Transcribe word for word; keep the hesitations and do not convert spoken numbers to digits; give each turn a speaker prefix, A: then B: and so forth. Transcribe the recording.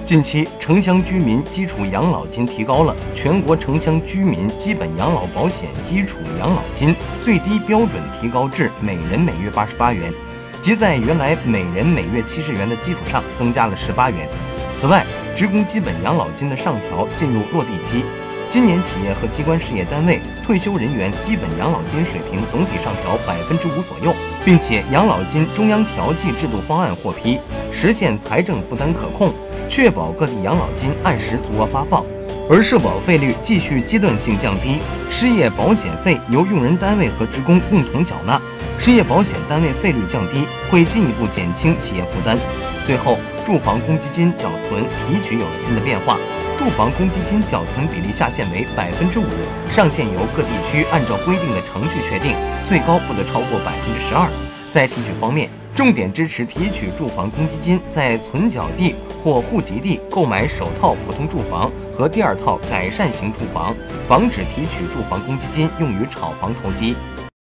A: 近期，城乡居民基础养老金提高了，全国城乡居民基本养老保险基础养老金最低标准提高至每人每月八十八元，即在原来每人每月七十元的基础上增加了十八元。此外，职工基本养老金的上调进入落地期。今年企业和机关事业单位退休人员基本养老金水平总体上调百分之五左右，并且养老金中央调剂制度方案获批，实现财政负担可控，确保各地养老金按时足额发放。而社保费率继续阶段性降低，失业保险费由用人单位和职工共同缴纳，失业保险单位费率降低，会进一步减轻企业负担。最后，住房公积金缴存提取有了新的变化。住房公积金缴存比例下限为百分之五，上限由各地区按照规定的程序确定，最高不得超过百分之十二。在提取方面，重点支持提取住房公积金在存缴地或户籍地购买首套普通住房和第二套改善型住房，防止提取住房公积金用于炒房投机。